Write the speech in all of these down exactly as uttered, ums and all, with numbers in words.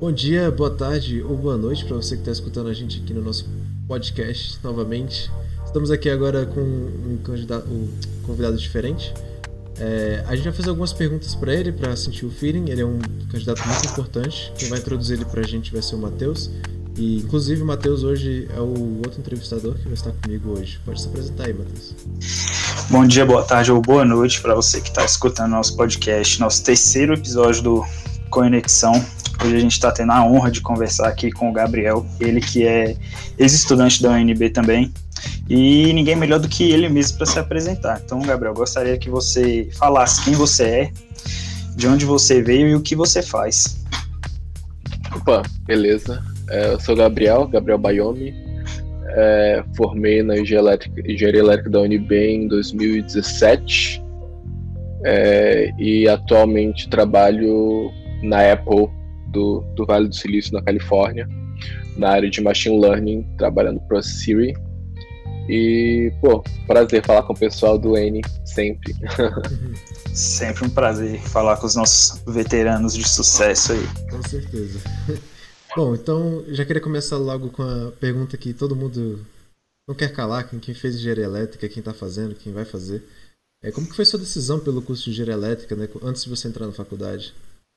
Bom dia, boa tarde ou boa noite para você que está escutando a gente aqui no nosso podcast novamente. Estamos aqui agora com um, candidato, um convidado diferente. É, a gente vai fazer algumas perguntas para ele, para sentir o feeling. Ele é um candidato muito importante. Quem vai introduzir ele para a gente vai ser o Matheus. E, inclusive, o Matheus hoje é o outro entrevistador que vai estar comigo hoje. Pode se apresentar aí, Matheus. Bom dia, boa tarde ou boa noite para você que está escutando nosso podcast, nosso terceiro episódio do Conexão. Hoje a gente está tendo a honra de conversar aqui com o Gabriel, ele que é ex-estudante da U N B também, e ninguém melhor do que ele mesmo para se apresentar. Então, Gabriel, gostaria que você falasse quem você é, de onde você veio e o que você faz. Opa, beleza. É, eu sou o Gabriel, Gabriel Bayomi, é, formei na Engenharia Elétrica, Engenharia Elétrica da U N B em dois mil e dezessete é, e atualmente trabalho na Apple do, do Vale do Silício, na Califórnia, na área de Machine Learning, trabalhando para a Siri. E, pô, prazer falar com o pessoal do N, sempre. Sempre um prazer falar com os nossos veteranos de sucesso aí. Com certeza. Bom, então já queria começar logo com a pergunta que todo mundo não quer calar, quem fez engenharia elétrica, quem está fazendo, quem vai fazer. É, como que foi sua decisão pelo curso de engenharia elétrica, né, antes de você entrar na faculdade?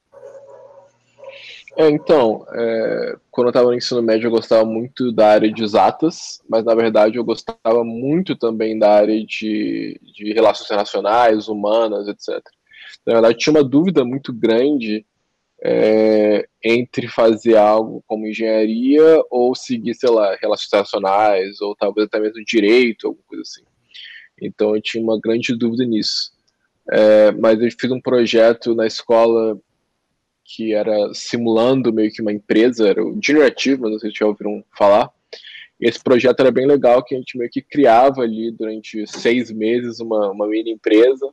É, então, é, quando eu estava no ensino médio eu gostava muito da área de exatas, mas na verdade eu gostava muito também da área de, de relações internacionais, humanas, etcétera. Na verdade tinha uma dúvida muito grande é, entre fazer algo como engenharia ou seguir, sei lá, relações internacionais, ou talvez até mesmo direito, alguma coisa assim. Então eu tinha uma grande dúvida nisso. É, mas eu fiz um projeto na escola que era simulando meio que uma empresa, era o Junior Achievement, não sei se já ouviram falar. E esse projeto era bem legal, que a gente meio que criava ali durante seis meses uma, uma mini empresa,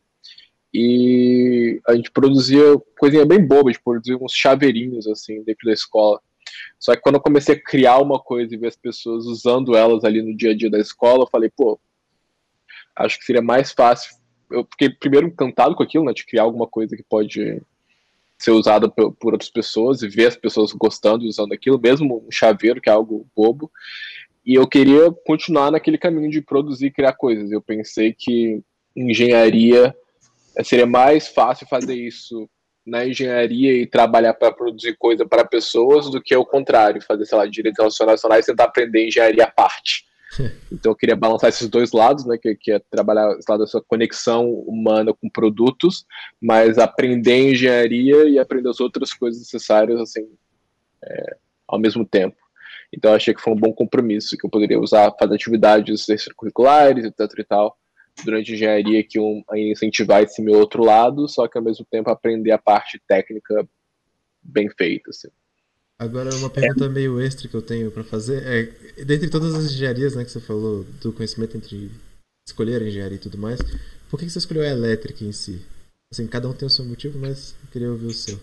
e a gente produzia coisinha bem boba, a gente produzia uns chaveirinhos assim dentro da escola. Só que quando eu comecei a criar uma coisa e ver as pessoas usando elas ali no dia a dia da escola, eu falei, pô, acho que seria mais fácil. Eu fiquei primeiro encantado com aquilo, né, de criar alguma coisa que pode ser usada por, por outras pessoas e ver as pessoas gostando e usando aquilo, mesmo um chaveiro, que é algo bobo. E eu queria continuar naquele caminho de produzir e criar coisas. Eu pensei que engenharia seria mais fácil fazer isso na engenharia e trabalhar para produzir coisa para pessoas do que o contrário, fazer, sei lá, direito internacional e tentar aprender engenharia à parte. Então eu queria balançar esses dois lados, né, que, que é trabalhar esse lado dessa conexão humana com produtos, mas aprender engenharia e aprender as outras coisas necessárias, assim, é, ao mesmo tempo. Então eu achei que foi um bom compromisso, que eu poderia usar, fazer atividades extracurriculares, etc e tal, durante a engenharia, que um, a incentivar esse meu outro lado, só que ao mesmo tempo aprender a parte técnica bem feita, assim. Agora, uma pergunta meio extra que eu tenho para fazer é, dentre todas as engenharias, né, que você falou, do conhecimento entre escolher a engenharia e tudo mais, por que você escolheu a elétrica em si? Assim, cada um tem o seu motivo, mas eu queria ouvir o seu.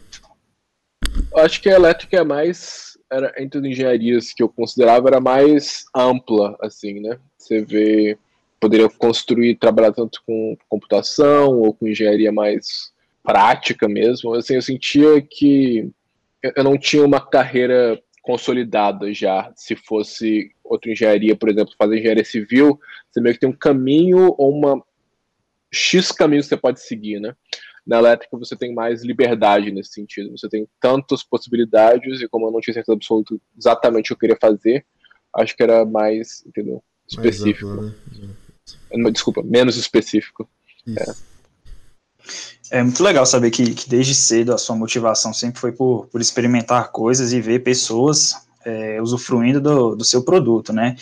Eu acho que a elétrica é mais, era, entre as engenharias que eu considerava, era mais ampla, assim, né? Você vê, poderia construir, trabalhar tanto com computação ou com engenharia mais prática mesmo. Assim, eu sentia que eu não tinha uma carreira consolidada já. Se fosse outra engenharia, por exemplo, fazer engenharia civil, você meio que tem um caminho ou uma X caminho que você pode seguir, né? Na elétrica você tem mais liberdade nesse sentido. Você tem tantas possibilidades e como eu não tinha certeza absoluta exatamente o que eu queria fazer, acho que era mais, entendeu? Específico. Mais ampla, né? Desculpa, menos específico. Isso. É. É muito legal saber que, que desde cedo a sua motivação sempre foi por, por experimentar coisas e ver pessoas é, usufruindo do, do seu produto, né?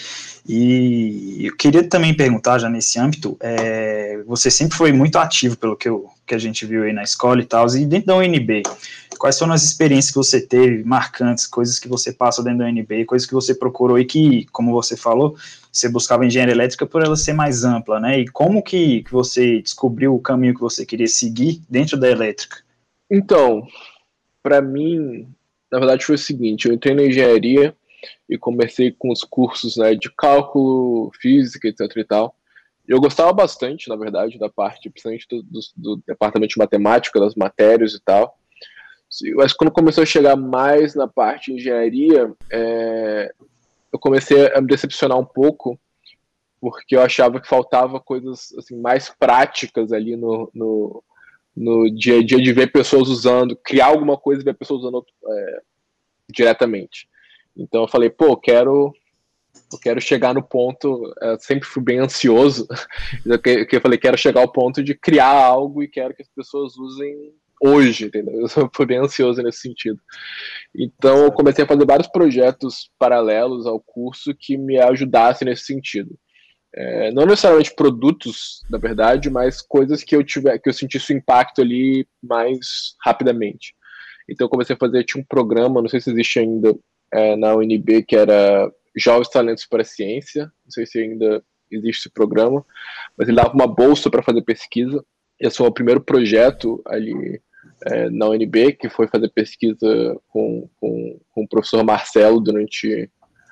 E eu queria também perguntar, já nesse âmbito, é, você sempre foi muito ativo pelo que, eu, que a gente viu aí na escola e tal, e dentro da U N B, quais foram as experiências que você teve, marcantes, coisas que você passa dentro da U N B, coisas que você procurou e que, como você falou, você buscava engenharia elétrica por ela ser mais ampla, né? E como que, que você descobriu o caminho que você queria seguir dentro da elétrica? Então, para mim, na verdade foi o seguinte, eu entrei na engenharia e comecei com os cursos, né, de cálculo, física, etc e tal. Eu gostava bastante, na verdade, da parte, principalmente do, do, do departamento de matemática, das matérias e tal. Mas quando começou a chegar mais na parte de engenharia, é, eu comecei a me decepcionar um pouco, porque eu achava que faltava coisas assim, mais práticas ali no, no, no dia a dia, de ver pessoas usando, criar alguma coisa e ver pessoas usando é, diretamente. Então eu falei, pô, quero, eu quero chegar no ponto, eu sempre fui bem ansioso, eu, que, eu falei, quero chegar ao ponto de criar algo e quero que as pessoas usem hoje, entendeu? Eu fui bem ansioso nesse sentido. Então eu comecei a fazer vários projetos paralelos ao curso que me ajudassem nesse sentido. É, não necessariamente produtos, na verdade, mas coisas que eu tiver, que eu sentisse o impacto ali mais rapidamente. Então eu comecei a fazer, tinha um programa, não sei se existe ainda é, na U N B, que era Jovens Talentos para a Ciência, não sei se ainda existe esse programa, mas ele dava uma bolsa para fazer pesquisa. Esse foi o primeiro projeto ali é, na U N B, que foi fazer pesquisa com, com, com o professor Marcelo durante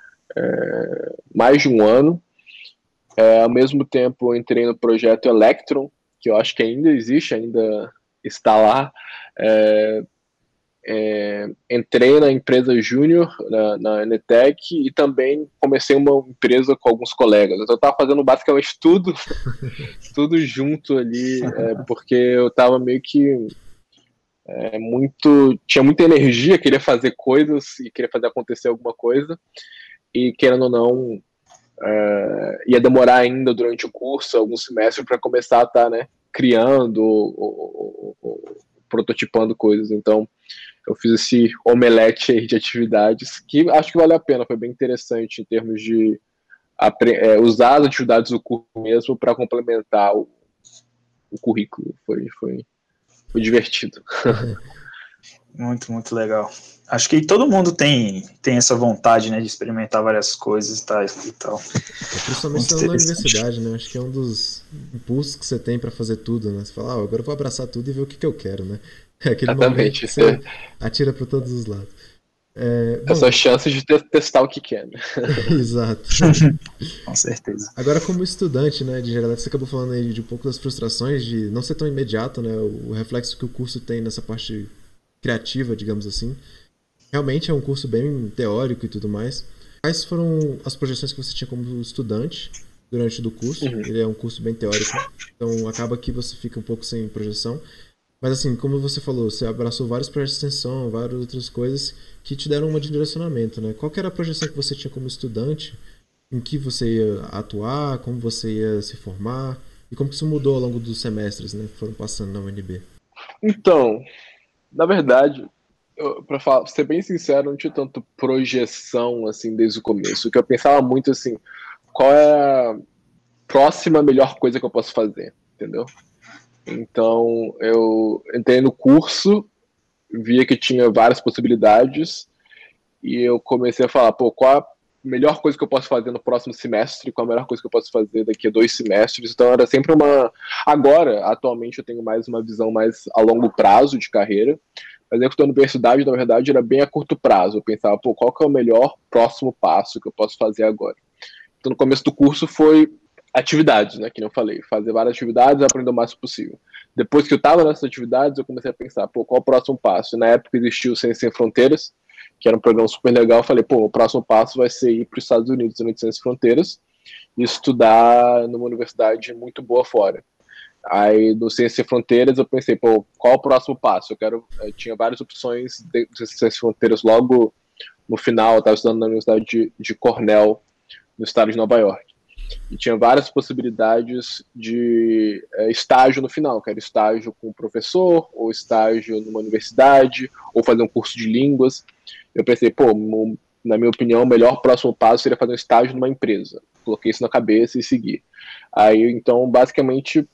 é, mais de um ano. É, ao mesmo tempo, eu entrei no projeto Electron, que eu acho que ainda existe, ainda está lá. É, é, entrei na empresa Júnior, na, na Enetec, e também comecei uma empresa com alguns colegas. Eu estava fazendo basicamente tudo, tudo junto ali, é, porque eu estava meio que é, muito, tinha muita energia, queria fazer coisas e queria fazer acontecer alguma coisa, e querendo ou não, é, ia demorar ainda durante o curso, alguns semestres, para começar a estar tá, né, criando ou, ou, ou, prototipando coisas. Então eu fiz esse omelete aí de atividades que acho que vale a pena, foi bem interessante em termos de é, usar as atividades do curso mesmo para complementar o, o currículo. Foi, foi, foi divertido. Muito, muito legal. Acho que todo mundo tem, tem essa vontade, né, de experimentar várias coisas e tal. E tal. É, principalmente na universidade, né? Acho que é um dos impulsos que você tem para fazer tudo, né? Você fala, ah, agora eu vou abraçar tudo e ver o que, que eu quero, né? É aquele Exatamente, momento que você atira para todos os lados. É, bom, essa chance de testar o que quer, né? Exato. Com certeza. Agora, como estudante, né, de engenharia, você acabou falando aí de um pouco das frustrações de não ser tão imediato, né? O reflexo que o curso tem nessa parte criativa, digamos assim. Realmente é um curso bem teórico e tudo mais. Quais foram as projeções que você tinha como estudante durante o curso? Uhum. Ele é um curso bem teórico, então acaba que você fica um pouco sem projeção. Mas assim, como você falou, você abraçou vários projetos de extensão, várias outras coisas que te deram um direcionamento, né? Qual que era a projeção que você tinha como estudante? Em que você ia atuar? Como você ia se formar? E como que isso mudou ao longo dos semestres, né? Que foram passando na U N B? Então, na verdade, para falar, ser bem sincero, não tinha tanto projeção assim desde o começo. O que eu pensava muito assim, qual é a próxima melhor coisa que eu posso fazer, entendeu? Então eu entrei no curso, via que tinha várias possibilidades e eu comecei a falar, pô, qual a melhor coisa que eu posso fazer no próximo semestre, qual a melhor coisa que eu posso fazer daqui a dois semestres. Então era sempre uma... Agora, atualmente, eu tenho mais uma visão mais a longo prazo de carreira, mas dentro da universidade, na verdade, era bem a curto prazo. Eu pensava, pô, qual que é o melhor próximo passo que eu posso fazer agora? Então no começo do curso foi atividades, né, que eu falei, fazer várias atividades e aprender o máximo possível. Depois que eu estava nessas atividades, eu comecei a pensar, pô, qual é o próximo passo? E na época existiu o Ciência Sem Fronteiras, que era um programa super legal. Eu falei, pô, o próximo passo vai ser ir para os Estados Unidos, durante Ciência Sem Fronteiras, e estudar numa universidade muito boa fora. Aí, do Ciência Sem Fronteiras, eu pensei, pô, qual o próximo passo? Eu quero, eu tinha várias opções de Ciência Sem Fronteiras logo no final. Eu estava estudando na Universidade de, de Cornell, no estado de Nova York. E tinha várias possibilidades de é, estágio no final, que era estágio com um professor, ou estágio numa universidade, ou fazer um curso de línguas. Eu pensei, pô, na minha opinião, o melhor próximo passo seria fazer um estágio numa empresa. Coloquei isso na cabeça e segui. Aí, então, basicamente,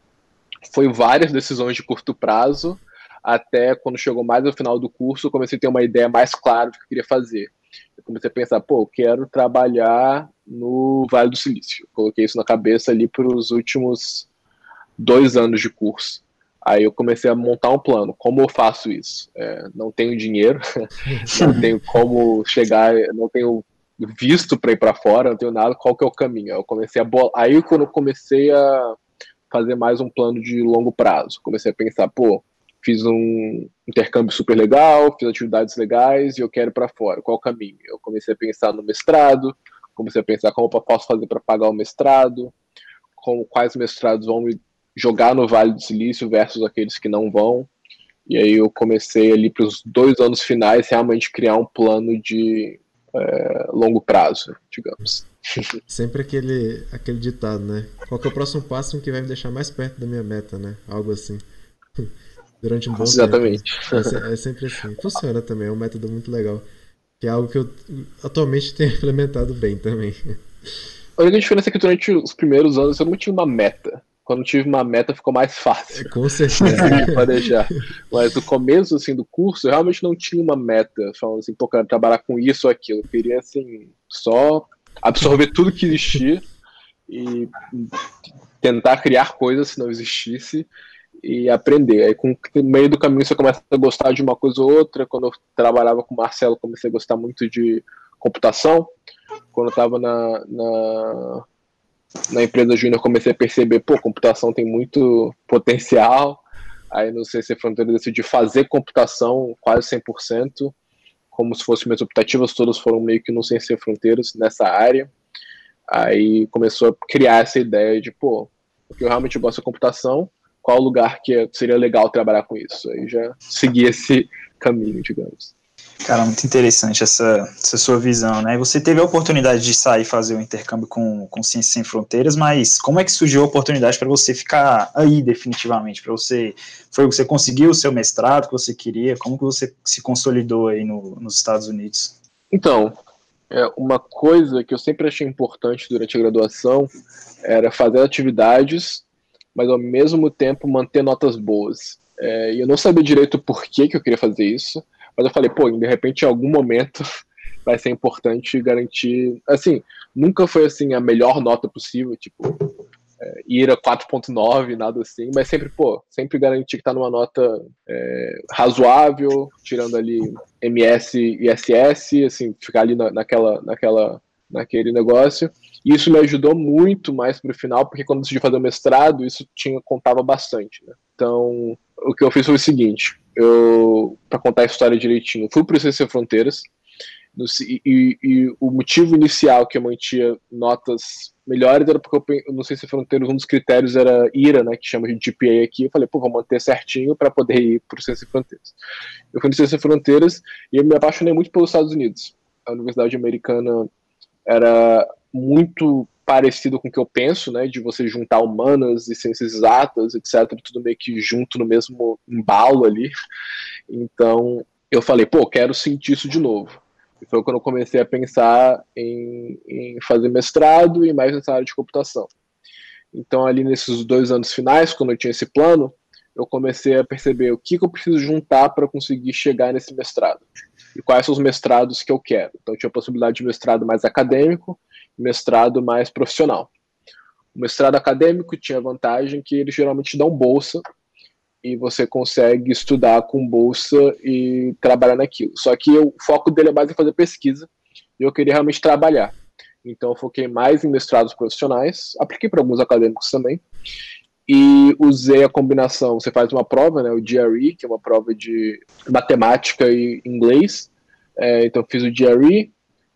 foi várias decisões de curto prazo, até quando chegou mais ao final do curso, eu comecei a ter uma ideia mais clara do que eu queria fazer. Eu comecei a pensar, pô, eu quero trabalhar no Vale do Silício. Coloquei isso na cabeça ali para os últimos dois anos de curso. Aí eu comecei a montar um plano. Como eu faço isso? É, não tenho dinheiro, não tenho como chegar, não tenho visto para ir para fora, não tenho nada. Qual que é o caminho? Eu comecei a bolar. Aí quando eu comecei a fazer mais um plano de longo prazo, comecei a pensar, pô, fiz um intercâmbio super legal, fiz atividades legais e eu quero ir para fora. Qual o caminho? Eu comecei a pensar no mestrado, comecei a pensar como eu posso fazer para pagar o mestrado, como, quais mestrados vão me jogar no Vale do Silício versus aqueles que não vão. E aí eu comecei ali para os dois anos finais realmente criar um plano de é, longo prazo, digamos. Sempre aquele, aquele ditado, né? Qual que é o próximo passo que vai me deixar mais perto da minha meta, né? Algo assim. Durante um bom Exatamente. tempo. É, é sempre assim. Funciona também, é um método muito legal. Que é algo que eu atualmente tenho implementado bem também. A única diferença é que durante os primeiros anos eu não tinha uma meta. Quando tive uma meta ficou mais fácil. É, com certeza. De planejar. Mas no começo assim, do curso eu realmente não tinha uma meta. Falando assim, pô, quero trabalhar com isso ou aquilo. Eu queria assim, só absorver tudo que existia e tentar criar coisas se não existisse e aprender. Aí com no meio do caminho você começa a gostar de uma coisa ou outra. Quando eu trabalhava com o Marcelo, comecei a gostar muito de computação. Quando eu estava na, na, na empresa júnior, comecei a perceber, pô, computação tem muito potencial. Aí no C C Fronteira decidi fazer computação quase cem por cento, como se fossem minhas optativas, todas foram meio que no C C Fronteiras nessa área. Aí começou a criar essa ideia de, pô, porque eu realmente gosto de computação, qual lugar que seria legal trabalhar com isso? Aí já segui esse caminho, digamos. Cara, muito interessante essa, essa sua visão, né? Você teve a oportunidade de sair fazer o intercâmbio com, com Ciências Sem Fronteiras, mas como é que surgiu a oportunidade para você ficar aí definitivamente? Para você, foi você conseguiu o seu mestrado que você queria? Como que você se consolidou aí no, nos Estados Unidos? Então, é, uma coisa que eu sempre achei importante durante a graduação era fazer atividades, mas ao mesmo tempo manter notas boas. É, e eu não sabia direito por que, que eu queria fazer isso, mas eu falei, pô, de repente em algum momento vai ser importante garantir, assim, nunca foi assim a melhor nota possível, tipo, é, ir a quatro ponto nove, nada assim, mas sempre, pô, sempre garantir que tá numa nota é, razoável, tirando ali M S e S S, assim, ficar ali na, naquela, naquela, naquele negócio. E isso me ajudou muito mais pro final, porque quando eu decidi fazer o mestrado, isso tinha, contava bastante, né? Então, o que eu fiz foi o seguinte, eu, para contar a história direitinho, fui pro C C Fronteiras, no, e, e, e o motivo inicial que eu mantinha notas melhores era porque eu, no C C Fronteiras um dos critérios era I R A, né, que chama de G P A aqui. Eu falei, pô, vou manter certinho para poder ir pro C C Fronteiras. Eu fui no C C Fronteiras e eu me apaixonei muito pelos Estados Unidos. A Universidade Americana era muito parecido com o que eu penso, né, de você juntar humanas e ciências exatas, etcétera, tudo meio que junto no mesmo embalo ali. Então, eu falei, pô, quero sentir isso de novo. E foi quando eu comecei a pensar em, em fazer mestrado e mais nessa área de computação. Então, ali nesses dois anos finais, quando eu tinha esse plano, eu comecei a perceber o que, que eu preciso juntar para conseguir chegar nesse mestrado. E quais são os mestrados que eu quero. Então, eu tinha a possibilidade de mestrado mais acadêmico, mestrado mais profissional. O mestrado acadêmico tinha a vantagem que eles geralmente dão bolsa e você consegue estudar com bolsa e trabalhar naquilo. Só que o foco dele é mais em fazer pesquisa e eu queria realmente trabalhar. Então eu foquei mais em mestrados profissionais, apliquei para alguns acadêmicos também e usei a combinação, você faz uma prova, né, o G R E, que é uma prova de matemática e inglês, é, então fiz o G R E,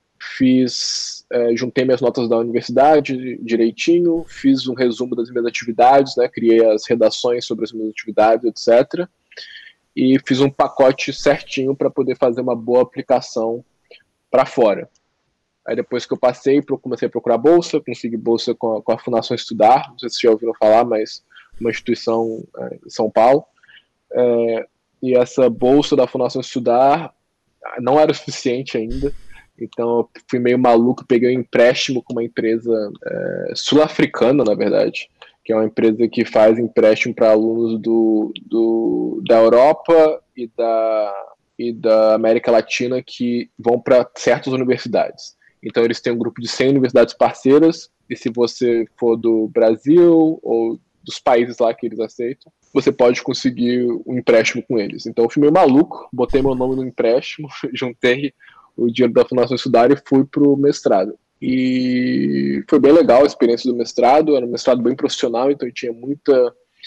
fiz, é, juntei minhas notas da universidade direitinho, fiz um resumo das minhas atividades, né, criei as redações sobre as minhas atividades, etcétera. E fiz um pacote certinho para poder fazer uma boa aplicação para fora. Aí depois que eu passei, eu comecei a procurar bolsa, consegui bolsa com a, com a Fundação Estudar, não sei se vocês já ouviram falar, mas uma instituição é, em São Paulo. É, e essa bolsa da Fundação Estudar não era o suficiente ainda, então eu fui meio maluco, peguei um empréstimo com uma empresa é, sul-africana, na verdade, que é uma empresa que faz empréstimo para alunos do, do, da Europa e da, e da América Latina que vão para certas universidades. Então eles têm um grupo de cem universidades parceiras, e se você for do Brasil ou dos países lá que eles aceitam, você pode conseguir um empréstimo com eles. Então eu fui meio maluco, botei meu nome no empréstimo, juntei o dinheiro da Fundação Estudar e fui pro mestrado. E foi bem legal a experiência do mestrado, era um mestrado bem profissional, então tinha muita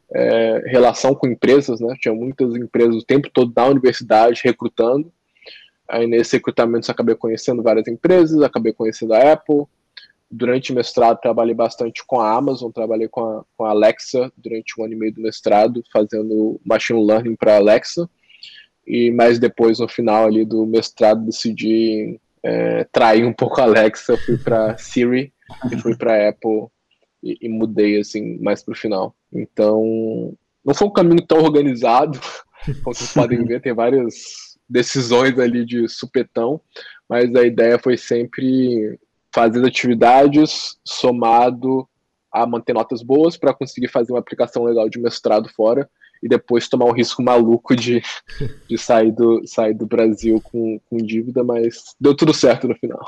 é, relação com empresas, né? Tinha muitas empresas o tempo todo na universidade recrutando. Aí nesse recrutamento eu acabei conhecendo várias empresas, acabei conhecendo a Apple. Durante o mestrado trabalhei bastante com a Amazon, trabalhei com a, com a Alexa durante um ano e meio do mestrado, fazendo machine learning para a Alexa. E mais depois, no final ali do mestrado, decidi é, trair um pouco a Alexa, eu fui para Siri e fui para a Apple e, e mudei assim mais para o final. Então, não foi um caminho tão organizado, como vocês podem ver, tem várias decisões ali de supetão, mas a ideia foi sempre fazer atividades somado a manter notas boas para conseguir fazer uma aplicação legal de mestrado fora e depois tomar um risco maluco de, de sair, do, sair do Brasil com, com dívida, mas deu tudo certo no final.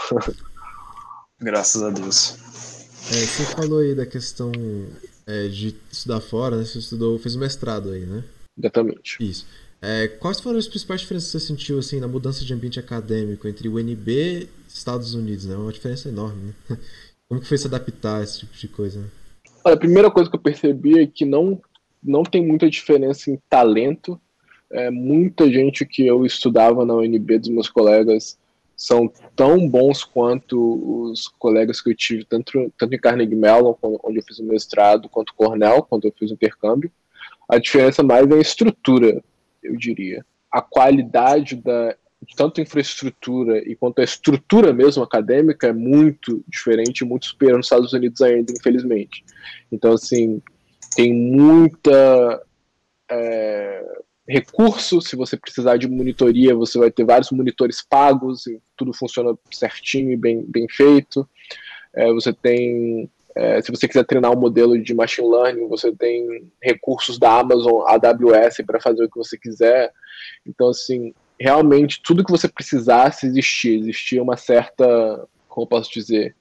Graças a Deus. É, você falou aí da questão é, de estudar fora, né? Você estudou, fez o mestrado aí, né? Exatamente. Isso. É, quais foram as principais diferenças que você sentiu assim, na mudança de ambiente acadêmico entre o U N B e Estados Unidos? Né? É uma diferença enorme. Né? Como que foi se adaptar a esse tipo de coisa? Né? Olha, a primeira coisa que eu percebi é que não, não tem muita diferença em talento. É, muita gente que eu estudava na U N B, dos meus colegas, são tão bons quanto os colegas que eu tive, tanto, tanto em Carnegie Mellon, onde eu fiz o mestrado, quanto Cornell, quando eu fiz o intercâmbio. A diferença mais é a estrutura, eu diria. A qualidade da tanto infraestrutura e quanto a estrutura mesmo acadêmica é muito diferente, muito superior nos Estados Unidos ainda, infelizmente. Então, assim, tem muita é, recurso. Se você precisar de monitoria, você vai ter vários monitores pagos e tudo funciona certinho e bem, bem feito. É, você tem... É, se você quiser treinar um modelo de machine learning, você tem recursos da Amazon, A W S, para fazer o que você quiser. Então, assim, realmente, tudo que você precisasse existia. Existia uma certa, como eu posso dizer,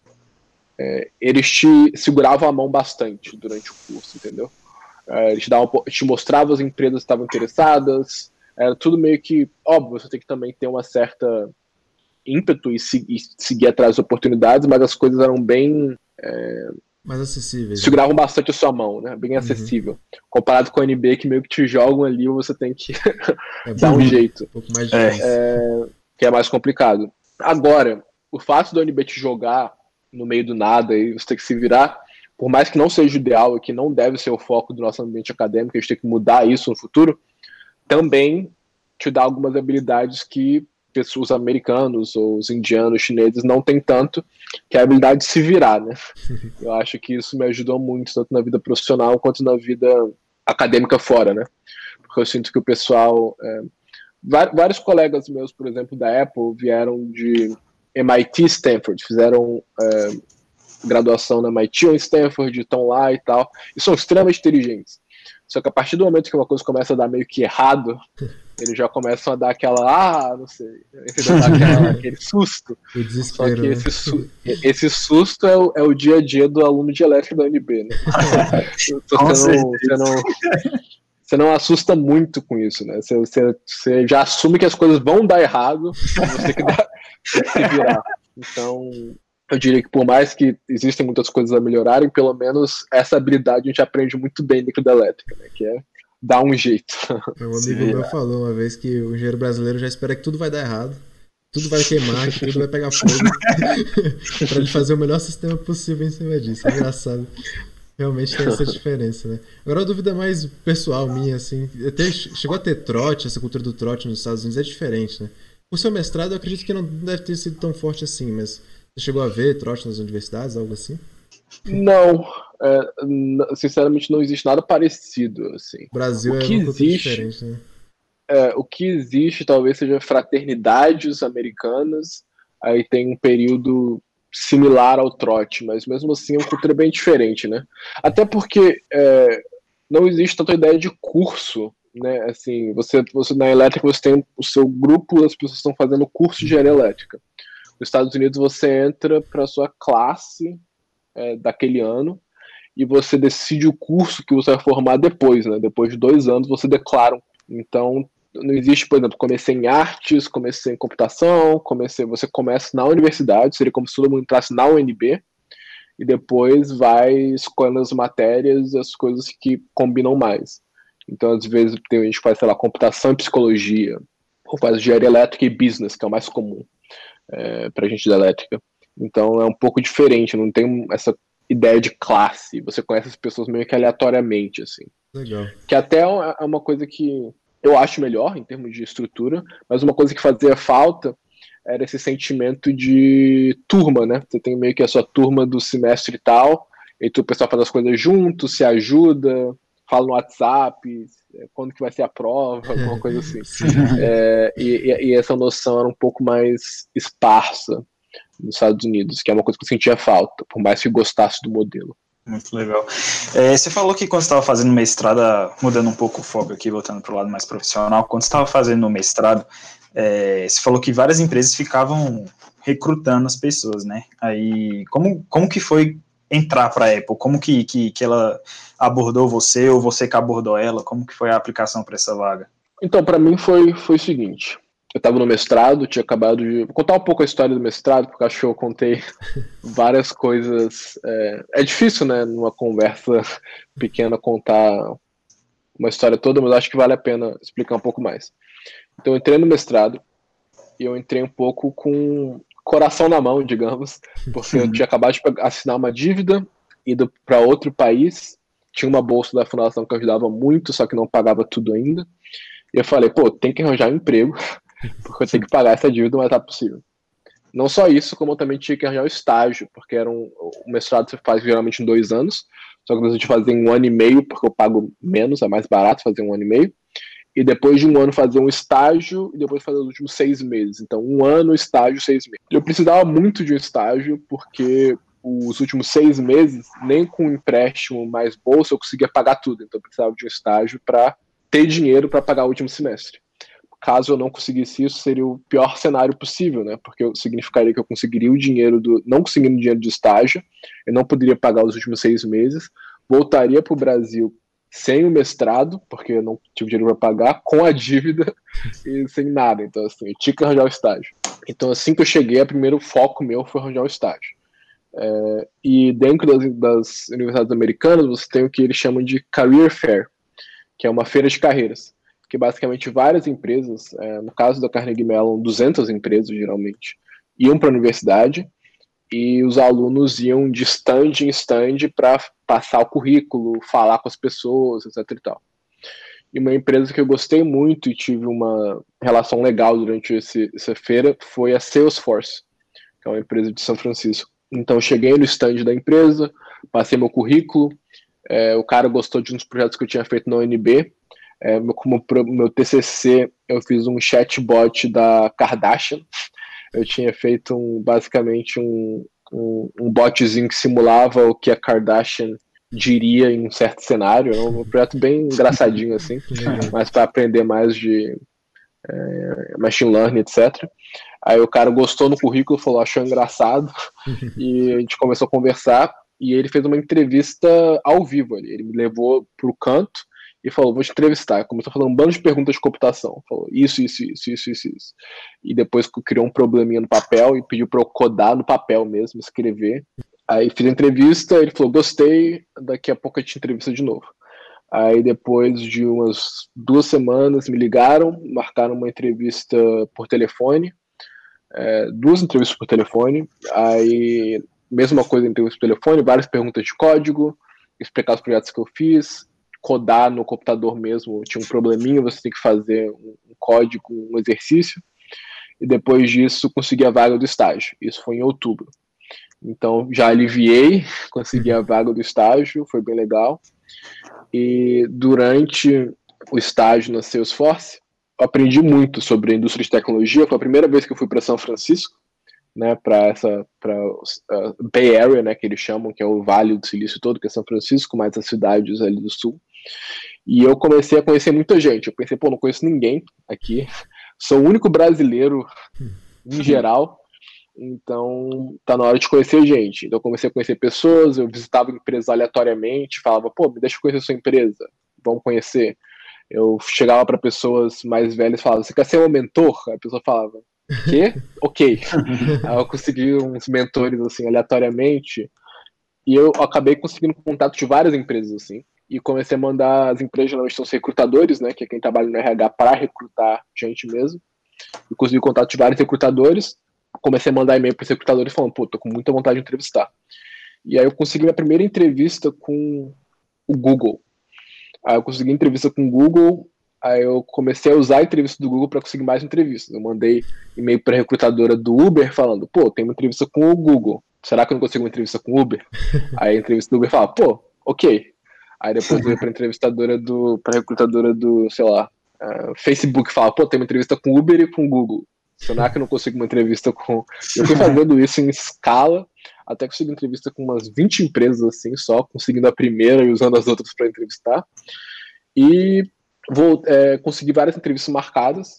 é, eles te seguravam a mão bastante durante o curso, entendeu? É, eles te, davam, te mostravam as empresas que estavam interessadas. Era tudo meio que, óbvio, você tem que também ter uma certa ímpeto e, se, e seguir atrás das oportunidades, mas as coisas eram bem... É, mais acessíveis. Seguravam né? bastante a sua mão, né? Bem acessível. Uhum. Comparado com a N B, que meio que te jogam ali, você tem que é dar um jeito. Um pouco mais difícil. É, que é mais complicado. Agora, o fato da N B te jogar no meio do nada e você ter que se virar, por mais que não seja ideal e que não deve ser o foco do nosso ambiente acadêmico, a gente tem que mudar isso no futuro, também te dá algumas habilidades que pessoas americanos ou os indianos, chineses não têm tanto, que é a habilidade de se virar, né? Eu acho que isso me ajudou muito, tanto na vida profissional quanto na vida acadêmica fora, né? Porque eu sinto que o pessoal... É, vários colegas meus, por exemplo, da Apple, vieram de M I T, Stanford, fizeram é, graduação na M I T ou em Stanford, estão lá e tal, e são extremamente inteligentes. Só que a partir do momento que uma coisa começa a dar meio que errado, eles já começam a dar aquela, ah, não sei, dar aquela, aquele susto. Só que esse, su esse susto é o, é o dia a dia do aluno de elétrica da U N B, né? Você não, você, não, você não assusta muito com isso, né? Você, você, você já assume que as coisas vão dar errado, você tem que, dar, tem que se virar. Então, eu diria que por mais que existem muitas coisas a melhorarem, pelo menos essa habilidade a gente aprende muito bem dentro da elétrica, né? Que é dar um jeito. Um amigo Sim, meu é. falou uma vez que o engenheiro brasileiro já espera que tudo vai dar errado, tudo vai queimar, que tudo vai pegar fogo, para ele fazer o melhor sistema possível em cima disso. É engraçado. Realmente tem essa diferença, né? Agora a dúvida mais pessoal minha, assim, até chegou a ter trote, essa cultura do trote nos Estados Unidos é diferente, né? O seu mestrado eu acredito que não deve ter sido tão forte assim, mas você chegou a ver trote nas universidades, algo assim? Não, é, sinceramente não existe nada parecido, assim. O Brasil o é que uma cultura existe, diferente, né? É, o que existe talvez seja fraternidades americanas, aí tem um período similar ao trote, mas mesmo assim é uma cultura bem diferente, né? Até porque é, não existe tanta ideia de curso, né? Assim, você, você na elétrica você tem o seu grupo, as pessoas estão fazendo curso de engenharia elétrica. Nos Estados Unidos você entra para a sua classe é, daquele ano e você decide o curso que você vai formar depois, né? Depois de dois anos você declara. Então não existe, por exemplo, comecei em artes, comecei em computação, comecei, você começa na universidade, seria como se todo mundo entrasse na U N B, e depois vai escolhendo as matérias, as coisas que combinam mais. Então, às vezes, tem gente que faz, sei lá, computação e psicologia, ou faz engenharia elétrica e business, que é o mais comum é, para gente da elétrica. Então, é um pouco diferente, não tem essa ideia de classe, você conhece as pessoas meio que aleatoriamente, assim. Legal. Que até é uma coisa que eu acho melhor, em termos de estrutura, mas uma coisa que fazia falta era esse sentimento de turma, né? Você tem meio que a sua turma do semestre e tal, e tu, o pessoal faz as coisas junto, se ajuda, fala no WhatsApp, quando que vai ser a prova, alguma coisa assim. É, e, e essa noção era um pouco mais esparsa nos Estados Unidos, que é uma coisa que eu sentia falta, por mais que gostasse do modelo. Muito legal. É, você falou que quando você estava fazendo mestrado, mudando um pouco o foco aqui, voltando para o lado mais profissional, quando você estava fazendo o mestrado, é, você falou que várias empresas ficavam recrutando as pessoas, né? Aí, como, como que foi entrar para a Apple? Como que, que, que ela abordou você, ou você que abordou ela? Como que foi a aplicação para essa vaga? Então, para mim foi, foi o seguinte, eu estava no mestrado, tinha acabado de... Vou contar um pouco a história do mestrado, porque acho que eu contei várias coisas. É, é difícil, né, numa conversa pequena, contar uma história toda, mas acho que vale a pena explicar um pouco mais. Então, eu entrei no mestrado, e eu entrei um pouco com coração na mão, digamos, porque eu tinha acabado de assinar uma dívida, ido para outro país, tinha uma bolsa da fundação que ajudava muito, só que não pagava tudo ainda, e eu falei, pô, tem que arranjar um emprego, porque eu tenho que pagar essa dívida o mais rápido possível. Não só isso, como eu também tinha que arranjar o estágio, porque era um, o mestrado você faz geralmente em dois anos, só que a gente fazia em um ano e meio, porque eu pago menos, é mais barato fazer um ano e meio, e depois de um ano fazer um estágio, e depois fazer os últimos seis meses. Então, um ano, estágio, seis meses. Eu precisava muito de um estágio, porque os últimos seis meses, nem com empréstimo mais bolsa, eu conseguia pagar tudo. Então, eu precisava de um estágio para ter dinheiro para pagar o último semestre. Caso eu não conseguisse isso, seria o pior cenário possível, né? Porque significaria que eu conseguiria o dinheiro do... Não conseguindo dinheiro de estágio, eu não poderia pagar os últimos seis meses, voltaria para o Brasil sem o mestrado, porque eu não tive dinheiro para pagar, com a dívida e sem nada. Então, assim, eu tinha que arranjar o estágio. Então, assim que eu cheguei, o primeiro foco meu foi arranjar o estágio. É, e dentro das, das universidades americanas, você tem o que eles chamam de Career Fair, que é uma feira de carreiras, que basicamente várias empresas, é, no caso da Carnegie Mellon, duzentas empresas, geralmente, iam para a universidade, e os alunos iam de stand em stand para passar o currículo, falar com as pessoas, etc e tal. E uma empresa que eu gostei muito e tive uma relação legal durante esse, essa feira foi a Salesforce, que é uma empresa de São Francisco. Então eu cheguei no stand da empresa, passei meu currículo, é, o cara gostou de uns projetos que eu tinha feito na U N B, é, como pro, meu T C C eu fiz um chatbot da Kardashian. Eu tinha feito um, basicamente um, um, um botzinho que simulava o que a Kardashian diria em um certo cenário. É um projeto bem engraçadinho, assim, mas para aprender mais de é, machine learning, etcétera. Aí o cara gostou no currículo, falou, achou engraçado, e a gente começou a conversar, e ele fez uma entrevista ao vivo. Ele me levou para o canto e falou, vou te entrevistar. Começou a fazer um bando de perguntas de computação. Falou, isso, isso, isso, isso, isso, isso. E depois criou um probleminha no papel e pediu para eu codar no papel mesmo, escrever. Aí fiz a entrevista, ele falou, gostei, daqui a pouco a gente entrevista de novo. Aí depois de umas duas semanas me ligaram, marcaram uma entrevista por telefone, é, duas entrevistas por telefone, aí mesma coisa, entrevista por telefone, várias perguntas de código, explicar os projetos que eu fiz, codar no computador mesmo, tinha um probleminha, você tem que fazer um código, um exercício, e depois disso consegui a vaga do estágio. Isso foi em outubro. Então já aliviei, consegui a vaga do estágio, foi bem legal. E durante o estágio na Salesforce, eu aprendi muito sobre a indústria de tecnologia. Foi a primeira vez que eu fui para São Francisco, né, para essa para uh, Bay Area, né, que eles chamam, que é o Vale do Silício todo, que é São Francisco, mais as cidades ali do sul. E eu comecei a conhecer muita gente. Eu pensei, pô, não conheço ninguém aqui. Sou o único brasileiro em geral. Então, tá na hora de conhecer gente. Então, eu comecei a conhecer pessoas, eu visitava empresas aleatoriamente, falava, pô, me deixa eu conhecer a sua empresa, vamos conhecer. Eu chegava para pessoas mais velhas e falava, você quer ser meu mentor? A pessoa falava, quê? Ok. Aí eu consegui uns mentores, assim, aleatoriamente, E eu acabei conseguindo contato de várias empresas, assim. E comecei a mandar, as empresas geralmente são os recrutadores, né? Que é quem trabalha no R H para recrutar gente mesmo. Eu consegui contato de vários recrutadores. Comecei a mandar e-mail para os recrutadores falando, pô, tô com muita vontade de entrevistar. E aí eu consegui minha primeira entrevista com o Google. Aí eu consegui entrevista com o Google, aí eu comecei a usar a entrevista do Google para conseguir mais entrevistas. Eu mandei e-mail para a recrutadora do Uber falando, pô, tem uma entrevista com o Google. Será que eu não consigo uma entrevista com o Uber? Aí a entrevista do Uber fala, pô, ok. Aí depois eu ia para a entrevistadora do, para a recrutadora do, sei lá, uh, Facebook fala, pô, tem uma entrevista com o Uber e com o Google. Será que eu não consigo uma entrevista com... Eu fui fazendo isso em escala, até consegui entrevista com umas vinte empresas assim só, conseguindo a primeira e usando as outras para entrevistar. E vou, é, consegui várias entrevistas marcadas.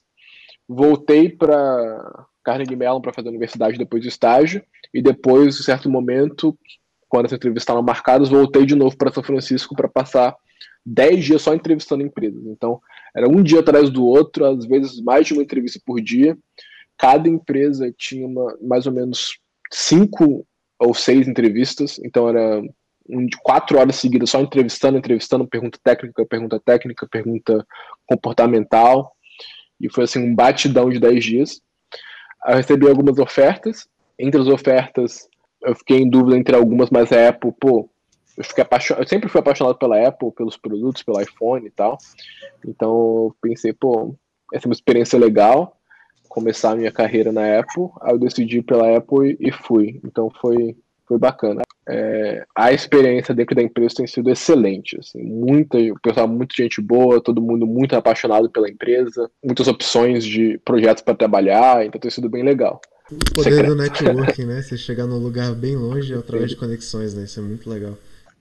Voltei para Carnegie Mellon para fazer a universidade depois do estágio. E depois, em certo momento, quando as entrevistas estavam marcadas, voltei de novo para São Francisco para passar dez dias só entrevistando empresas. Então, era um dia atrás do outro, às vezes mais de uma entrevista por dia. Cada empresa tinha uma, mais ou menos cinco ou seis entrevistas, então era um de quatro horas seguidas só entrevistando, entrevistando, pergunta técnica, pergunta técnica, pergunta comportamental, e foi assim um batidão de dez dias. Eu recebi algumas ofertas, entre as ofertas eu fiquei em dúvida entre algumas, mas a Apple, pô, eu, fiquei apaixonado, eu sempre fui apaixonado pela Apple, pelos produtos, pelo iPhone e tal, então eu pensei, pô, essa é uma experiência legal, começar a minha carreira na Apple, aí eu decidi pela Apple e fui, então foi, foi bacana. É, a experiência dentro da empresa tem sido excelente, assim, muita, o pessoal muito gente boa, todo mundo muito apaixonado pela empresa, muitas opções de projetos para trabalhar, então tem sido bem legal. O poder Secreto. do networking, né? Você chegar num lugar bem longe através de conexões, né? Isso é muito legal.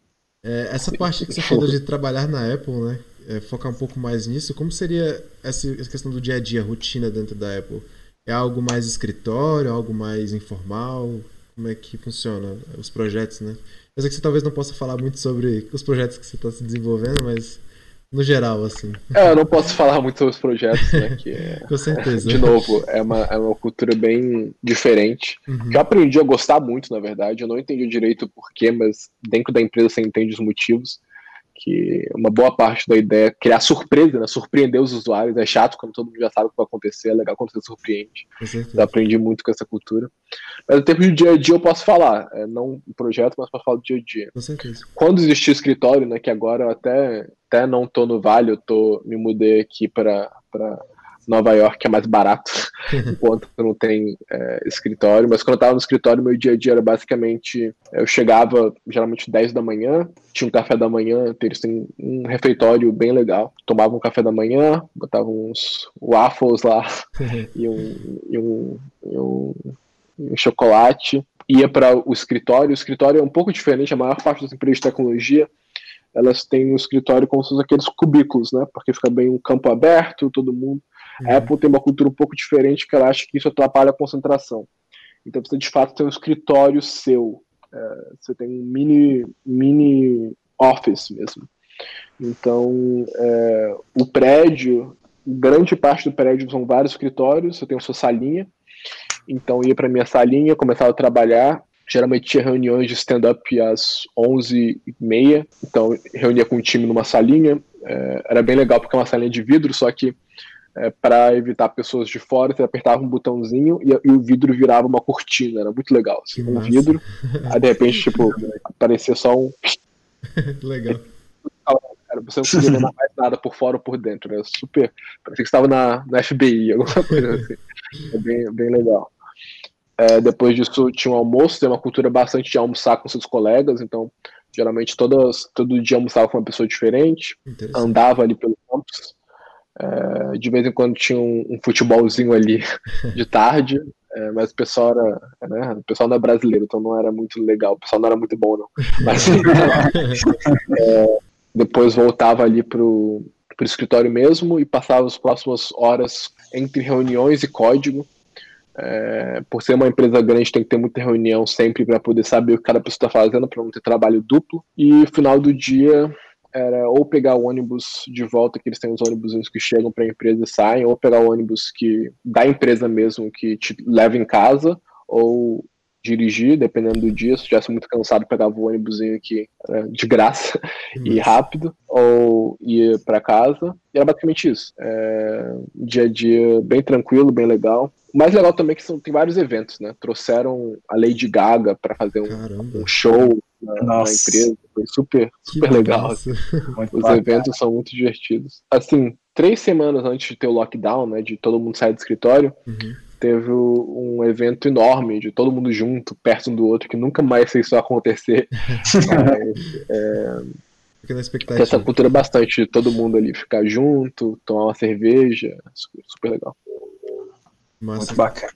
É, essa parte que você falou de trabalhar na Apple, né? É, focar um pouco mais nisso, como seria essa questão do dia a dia, rotina dentro da Apple? É algo mais escritório, algo mais informal? Como é que funciona os projetos, né? Eu sei que você talvez não possa falar muito sobre os projetos que você está se desenvolvendo, mas no geral, assim. É, eu não posso falar muito sobre os projetos, né? Que é, com certeza. De novo, é uma, é uma cultura bem diferente. Uhum. Que eu aprendi a gostar muito, na verdade. Eu não entendi direito o porquê, mas dentro da empresa você entende os motivos. Que uma boa parte da ideia é criar surpresa, né? Surpreender os usuários. É chato quando todo mundo já sabe o que vai acontecer, é legal quando você surpreende. Eu aprendi muito com essa cultura. Mas no tempo de dia a dia eu posso falar, é, não um projeto, mas posso falar do dia a dia. Com certeza. Quando existia o escritório, né, que agora eu até, até não tô no Vale, eu tô, me mudei aqui para Nova York, que é mais barato, enquanto não tem é, escritório. Mas quando eu tava no escritório, meu dia a dia era basicamente, eu chegava geralmente dez da manhã, tinha um café da manhã, eles têm um refeitório bem legal. Tomava um café da manhã, botava uns waffles lá e, um, e, um, e um, um chocolate. Ia para o escritório. O escritório é um pouco diferente, a maior parte das empresas de tecnologia elas têm um escritório como se fosse aqueles cubículos, né? Porque fica bem um campo aberto, todo mundo. Uhum. A Apple tem uma cultura um pouco diferente, que ela acha que isso atrapalha a concentração. Então você de fato tem um escritório seu. É, você tem um mini, mini office mesmo. Então é, o prédio, grande parte do prédio são vários escritórios, você tem a sua salinha. Então ia para minha salinha, começava a trabalhar. Geralmente tinha reuniões de stand-up às onze e meia, então reunia com o time numa salinha, é, era bem legal porque é uma salinha de vidro, só que é, para evitar pessoas de fora, você apertava um botãozinho e, e o vidro virava uma cortina, era muito legal, assim, um vidro, aí de repente, tipo, aparecia só um... Legal. Você não conseguia ver mais nada por fora ou por dentro, era super, parecia que você estava na, na F B I, alguma coisa assim, é bem, bem legal. É, depois disso tinha um almoço, tem uma cultura bastante de almoçar com seus colegas, então geralmente todas, todo dia almoçava com uma pessoa diferente, andava ali pelo campus, é, de vez em quando tinha um, um futebolzinho ali de tarde, é, mas o pessoal era, né, o pessoal não é brasileiro, então não era muito legal, o pessoal não era muito bom não, mas é, depois voltava ali pro, pro escritório mesmo e passava as próximas horas entre reuniões e código. É, por ser uma empresa grande tem que ter muita reunião sempre para poder saber o que cada pessoa está fazendo, para não ter trabalho duplo, e no final do dia era ou pegar o ônibus de volta, que eles têm os ônibus que chegam para a empresa e saem, ou pegar o ônibus que da empresa mesmo que te leva em casa, ou dirigir, dependendo do dia. Se eu estivesse muito cansado, pegava o ônibusinho aqui né, de graça e rápido, ou ia para casa. E era basicamente isso. É, dia a dia bem tranquilo, bem legal. O mais legal também é que são, tem vários eventos, né? Trouxeram a Lady Gaga para fazer um, um show na, na empresa. Foi super, super legal. Assim. Os bacana. Eventos são muito divertidos. Assim, três semanas antes de ter o lockdown, né? De todo mundo sair do escritório, uhum. Teve um evento enorme de todo mundo junto, perto um do outro, que nunca mais sei isso acontecer. Mas, é, Fica na expectativa. Tem essa cultura bastante de todo mundo ali ficar junto, tomar uma cerveja. Super, super legal. Massa. Muito bacana.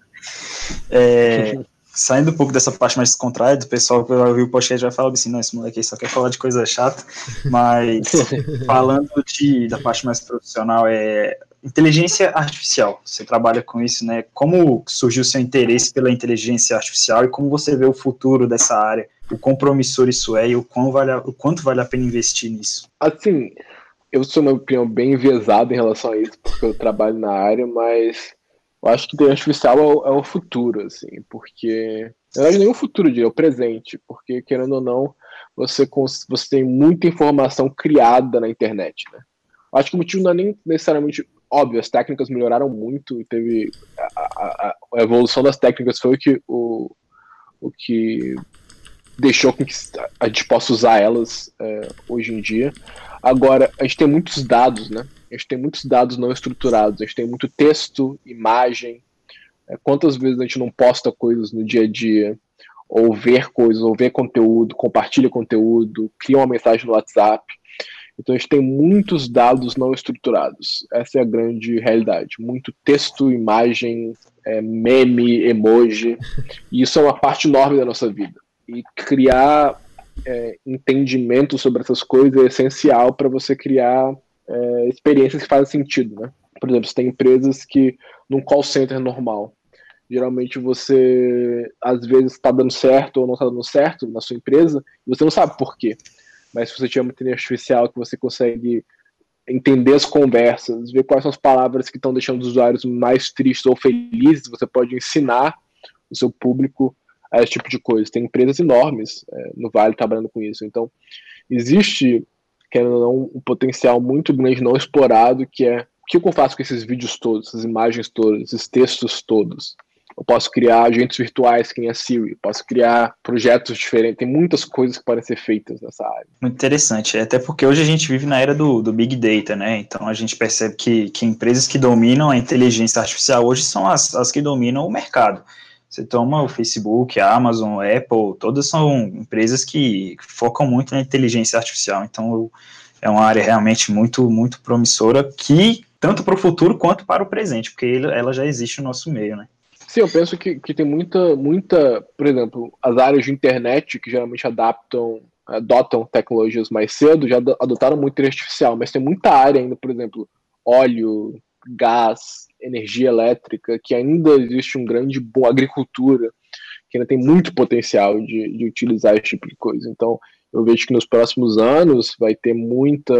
É, saindo um pouco dessa parte mais descontraída, o pessoal que vai ouvir o podcast vai falar assim, não, esse moleque aí só quer falar de coisa chata, mas falando de, da parte mais profissional, é inteligência artificial, você trabalha com isso, né? Como surgiu o seu interesse pela inteligência artificial e como você vê o futuro dessa área, o quão promissor isso é e o, quão vale a, o quanto vale a pena investir nisso? Assim, eu sou, na minha opinião, bem enviesado em relação a isso, porque eu trabalho na área, mas eu acho que a inteligência artificial é o, é o futuro, assim, porque, na verdade, nem o futuro, é o presente, porque, querendo ou não, você, você tem muita informação criada na internet, né? Eu acho que o motivo não é nem necessariamente óbvio, as técnicas melhoraram muito e teve a, a, a evolução das técnicas foi o que, o, o que deixou com que a gente possa usar elas é, hoje em dia. Agora, a gente tem muitos dados, né? A gente tem muitos dados não estruturados, a gente tem muito texto, imagem. É, quantas vezes a gente não posta coisas no dia a dia, ou ver coisas, ou ver conteúdo, compartilha conteúdo, cria uma mensagem no WhatsApp. Então a gente tem muitos dados não estruturados. Essa é a grande realidade. Muito texto, imagem, é, meme, emoji. E isso é uma parte enorme da nossa vida. E criar é, entendimento sobre essas coisas é essencial para você criar é, experiências que fazem sentido, né? Por exemplo, você tem empresas que, num call center normal, geralmente você, às vezes, está dando certo ou não está dando certo na sua empresa, e você não sabe por quê. Mas se você tiver uma inteligência artificial que você consegue entender as conversas, ver quais são as palavras que estão deixando os usuários mais tristes ou felizes, você pode ensinar o seu público a esse tipo de coisa. Tem empresas enormes é, no Vale trabalhando com isso. Então, existe, querendo ou não, um potencial muito grande não explorado, que é o que eu faço com esses vídeos todos, essas imagens todas, esses textos todos. Eu posso criar agentes virtuais, que nem a Siri, posso criar projetos diferentes, tem muitas coisas que podem ser feitas nessa área. Muito interessante, até porque hoje a gente vive na era do, do Big Data, né, então a gente percebe que, que empresas que dominam a inteligência artificial hoje são as, as que dominam o mercado. Você toma o Facebook, a Amazon, a Apple, todas são empresas que focam muito na inteligência artificial, então é uma área realmente muito, muito promissora, que tanto para o futuro quanto para o presente, porque ela já existe no nosso meio, né. Sim, eu penso que, que tem muita, muita, por exemplo, as áreas de internet que geralmente adaptam, adotam tecnologias mais cedo, já adotaram muito inteligência artificial, mas tem muita área ainda, por exemplo, óleo, gás, energia elétrica, que ainda existe um grande, boa agricultura, que ainda tem muito potencial de, de utilizar esse tipo de coisa. Então, eu vejo que nos próximos anos vai ter muita,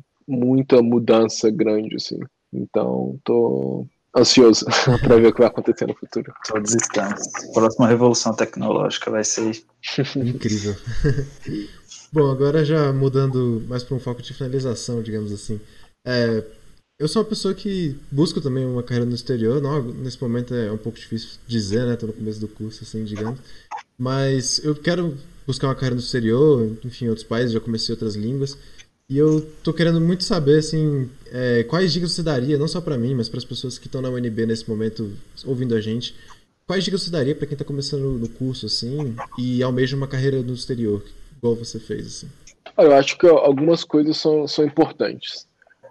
muita mudança grande, assim. Então, tô ansioso para ver o que vai acontecer no futuro. Todos estamos. A próxima revolução tecnológica vai ser incrível. Bom, agora já mudando mais para um foco de finalização, digamos assim. É, eu sou uma pessoa que busca também uma carreira no exterior. Não, nesse momento é um pouco difícil dizer, né? Tô no começo do curso, assim, digamos. Mas eu quero buscar uma carreira no exterior, enfim, em outros países, já comecei outras línguas. E eu tô querendo muito saber, assim, é, quais dicas você daria, não só pra mim, mas para as pessoas que estão na U N B nesse momento ouvindo a gente. Quais dicas você daria para quem tá começando no curso, assim, e almeja uma carreira no exterior, igual você fez, assim? Eu acho que algumas coisas são, são importantes.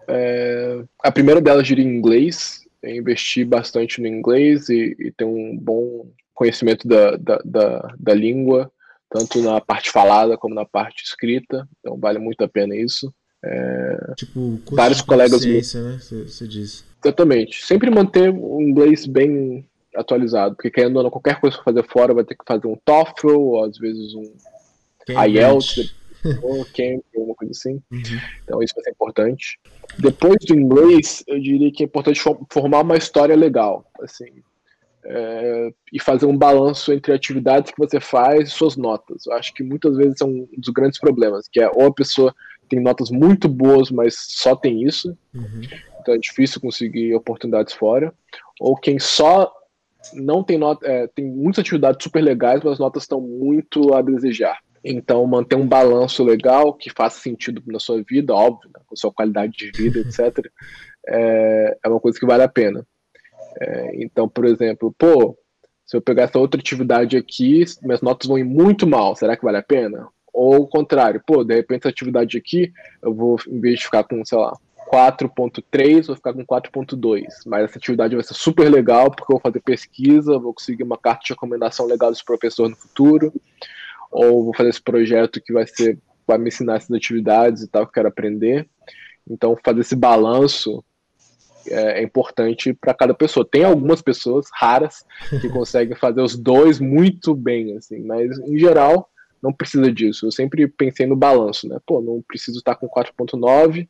É, a primeira delas diria em inglês, é investir bastante no inglês e, e ter um bom conhecimento da, da, da, da língua, tanto na parte falada como na parte escrita, então vale muito a pena isso. É, tipo, curso vários de colegas ciência, né? Você diz. Exatamente. Sempre manter o inglês bem atualizado, porque querendo ou não, qualquer coisa que fazer fora vai ter que fazer um TOEFL, ou às vezes um I E L T S, ou Cambridge, alguma coisa assim. Uhum. Então isso vai ser importante. Depois do inglês, eu diria que é importante formar uma história legal. Assim, é, e fazer um balanço entre atividades que você faz e suas notas. Eu acho que muitas vezes é um dos grandes problemas, que é ou a pessoa tem notas muito boas, mas só tem isso, uhum. Então é difícil conseguir oportunidades fora, ou quem só não tem nota, é, tem muitas atividades super legais, mas as notas estão muito a desejar. Então, manter um balanço legal que faça sentido na sua vida, óbvio, né, com a sua qualidade de vida, etcétera, é, é uma coisa que vale a pena. É, então, por exemplo, pô, se eu pegar essa outra atividade aqui, minhas notas vão ir muito mal, será que vale a pena? Ou o contrário, pô, de repente essa atividade aqui, eu vou, em vez de ficar com, sei lá, quatro ponto três, vou ficar com quatro ponto dois, mas essa atividade vai ser super legal, porque eu vou fazer pesquisa, vou conseguir uma carta de recomendação legal dos professores no futuro, ou vou fazer esse projeto que vai ser, vai me ensinar essas atividades e tal, que eu quero aprender. Então, fazer esse balanço é, é importante para cada pessoa. Tem algumas pessoas raras que conseguem fazer os dois muito bem, assim, mas em geral não precisa disso. Eu sempre pensei no balanço, né? Pô, não preciso estar com quatro ponto nove,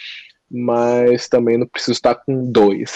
mas também não preciso estar com dois.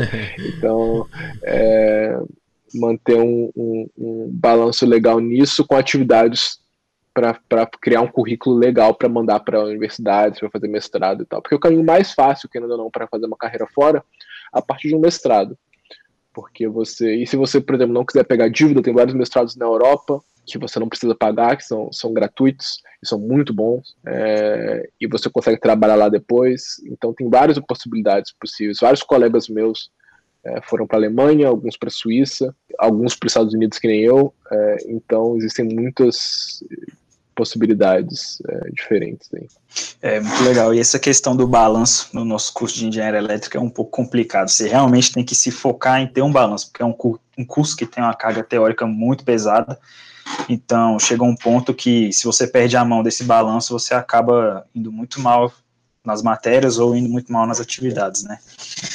Então, é, manter um, um, um balanço legal nisso, com atividades para criar um currículo legal para mandar para universidades, para fazer mestrado e tal. Porque o caminho mais fácil, querendo ou não, para fazer uma carreira fora, a partir de um mestrado. Porque você. E se você, por exemplo, não quiser pegar dívida, tem vários mestrados na Europa que você não precisa pagar, que são, são gratuitos e são muito bons, é, e você consegue trabalhar lá depois. Então tem várias possibilidades possíveis. Vários colegas meus é, foram para a Alemanha, alguns para a Suíça, alguns para os Estados Unidos, que nem eu. É, então existem muitas possibilidades é, diferentes aí. É muito legal, e essa questão do balanço no nosso curso de engenharia elétrica é um pouco complicado. Você realmente tem que se focar em ter um balanço, porque é um, um curso que tem uma carga teórica muito pesada. Então chega um ponto que, se você perde a mão desse balanço, você acaba indo muito mal nas matérias ou indo muito mal nas atividades, né?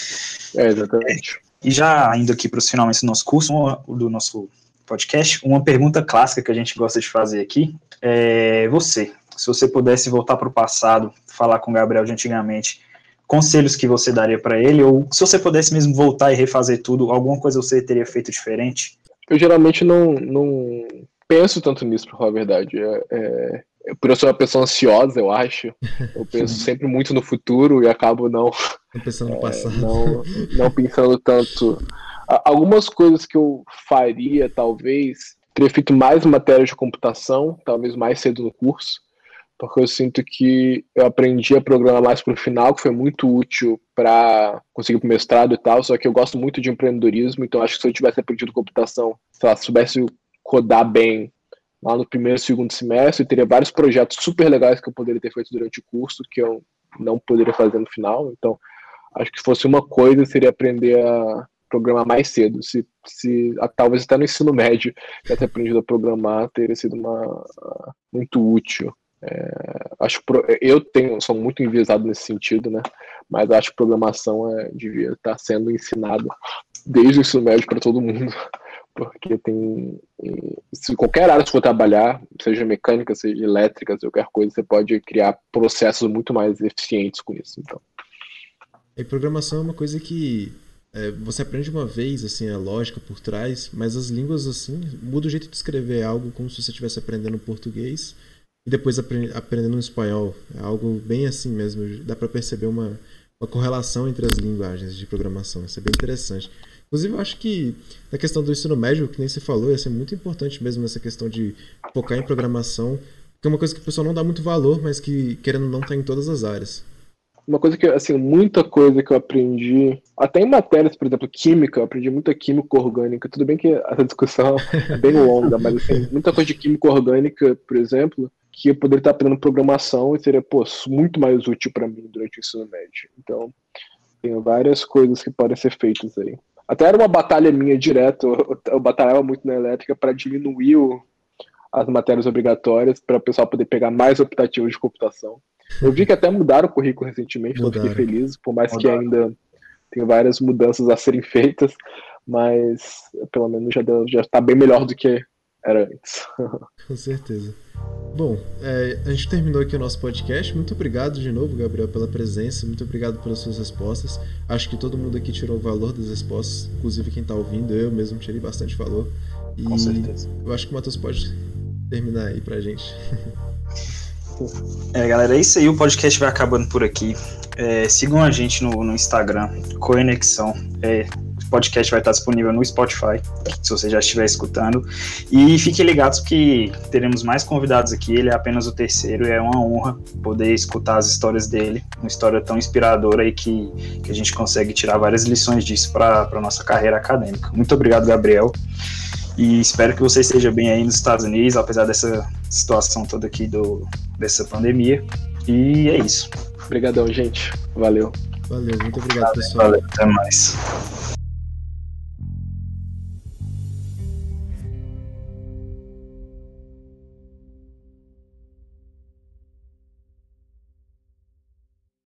É, exatamente. É, e já indo aqui para os finalmente do nosso curso, uma, do nosso podcast, uma pergunta clássica que a gente gosta de fazer aqui é: você, se você pudesse voltar para o passado, falar com o Gabriel de antigamente, conselhos que você daria para ele, ou se você pudesse mesmo voltar e refazer tudo, alguma coisa você teria feito diferente? Eu geralmente não, não penso tanto nisso, para falar a verdade. É, é, por eu ser uma pessoa ansiosa, eu acho, eu penso sempre muito no futuro e acabo não, pensando no é, passado. não, não pensando tanto. Algumas coisas que eu faria, talvez, teria feito mais matérias de computação, talvez mais cedo no curso, porque eu sinto que eu aprendi a programar mais para o final, que foi muito útil para conseguir o mestrado e tal, só que eu gosto muito de empreendedorismo, então acho que se eu tivesse aprendido computação, sei lá, se soubesse codar bem lá no primeiro e segundo semestre, eu teria vários projetos super legais que eu poderia ter feito durante o curso, que eu não poderia fazer no final. Então acho que se fosse uma coisa, seria aprender a programar mais cedo. Se, se talvez até no ensino médio já ter aprendido a programar, teria sido uma, muito útil. É, acho eu tenho sou muito enviesado nesse sentido, né? Mas acho que programação é, devia estar sendo ensinada desde o ensino médio para todo mundo, porque tem, se qualquer área você for trabalhar, seja mecânica, seja elétrica, seja qualquer coisa, você pode criar processos muito mais eficientes com isso. Então, e programação é uma coisa que é, você aprende uma vez, assim, a lógica por trás, mas as línguas, assim, muda o jeito de escrever, é algo como se você estivesse aprendendo português e depois aprend- aprendendo um espanhol. É algo bem assim mesmo, dá para perceber uma, uma correlação entre as linguagens de programação, isso é bem interessante. Inclusive, eu acho que na questão do ensino médio, que nem você falou, ia ser muito importante mesmo nessa questão de focar em programação, que é uma coisa que o pessoal não dá muito valor, mas que, querendo ou não, está em todas as áreas. Uma coisa que, assim, muita coisa que eu aprendi, até em matérias, por exemplo, química, eu aprendi muita química orgânica. Tudo bem que essa discussão é bem longa, mas, assim, muita coisa de química orgânica, por exemplo, que eu poderia estar aprendendo programação e seria, pô, muito mais útil para mim durante o ensino médio. Então, tem várias coisas que podem ser feitas aí. Até era uma batalha minha direta, eu, eu batalhava muito na elétrica para diminuir o, as matérias obrigatórias, para o pessoal poder pegar mais optativos de computação. Eu vi que até mudaram o currículo recentemente, então fiquei feliz, por mais mudaram. Que ainda tem várias mudanças a serem feitas, mas pelo menos já está bem melhor do que era antes. Com certeza. Bom, é, a gente terminou aqui o nosso podcast. Muito obrigado de novo, Gabriel, pela presença. Muito obrigado pelas suas respostas. Acho que todo mundo aqui tirou o valor das respostas, inclusive quem está ouvindo. Eu mesmo tirei bastante valor. E com certeza. Eu acho que o Matheus pode terminar aí pra gente. É, galera, é isso aí. O podcast vai acabando por aqui. É, sigam a gente no, no Instagram, Conexão. É, o podcast vai estar disponível no Spotify, se você já estiver escutando. E fiquem ligados que teremos mais convidados aqui. Ele é apenas o terceiro e é uma honra poder escutar as histórias dele. Uma história tão inspiradora e que, que a gente consegue tirar várias lições disso para a nossa carreira acadêmica. Muito obrigado, Gabriel. E espero que você esteja bem aí nos Estados Unidos, apesar dessa situação toda aqui do, dessa pandemia. E é isso. Obrigadão, gente. Valeu. Valeu, muito obrigado, pessoal. Valeu, até mais.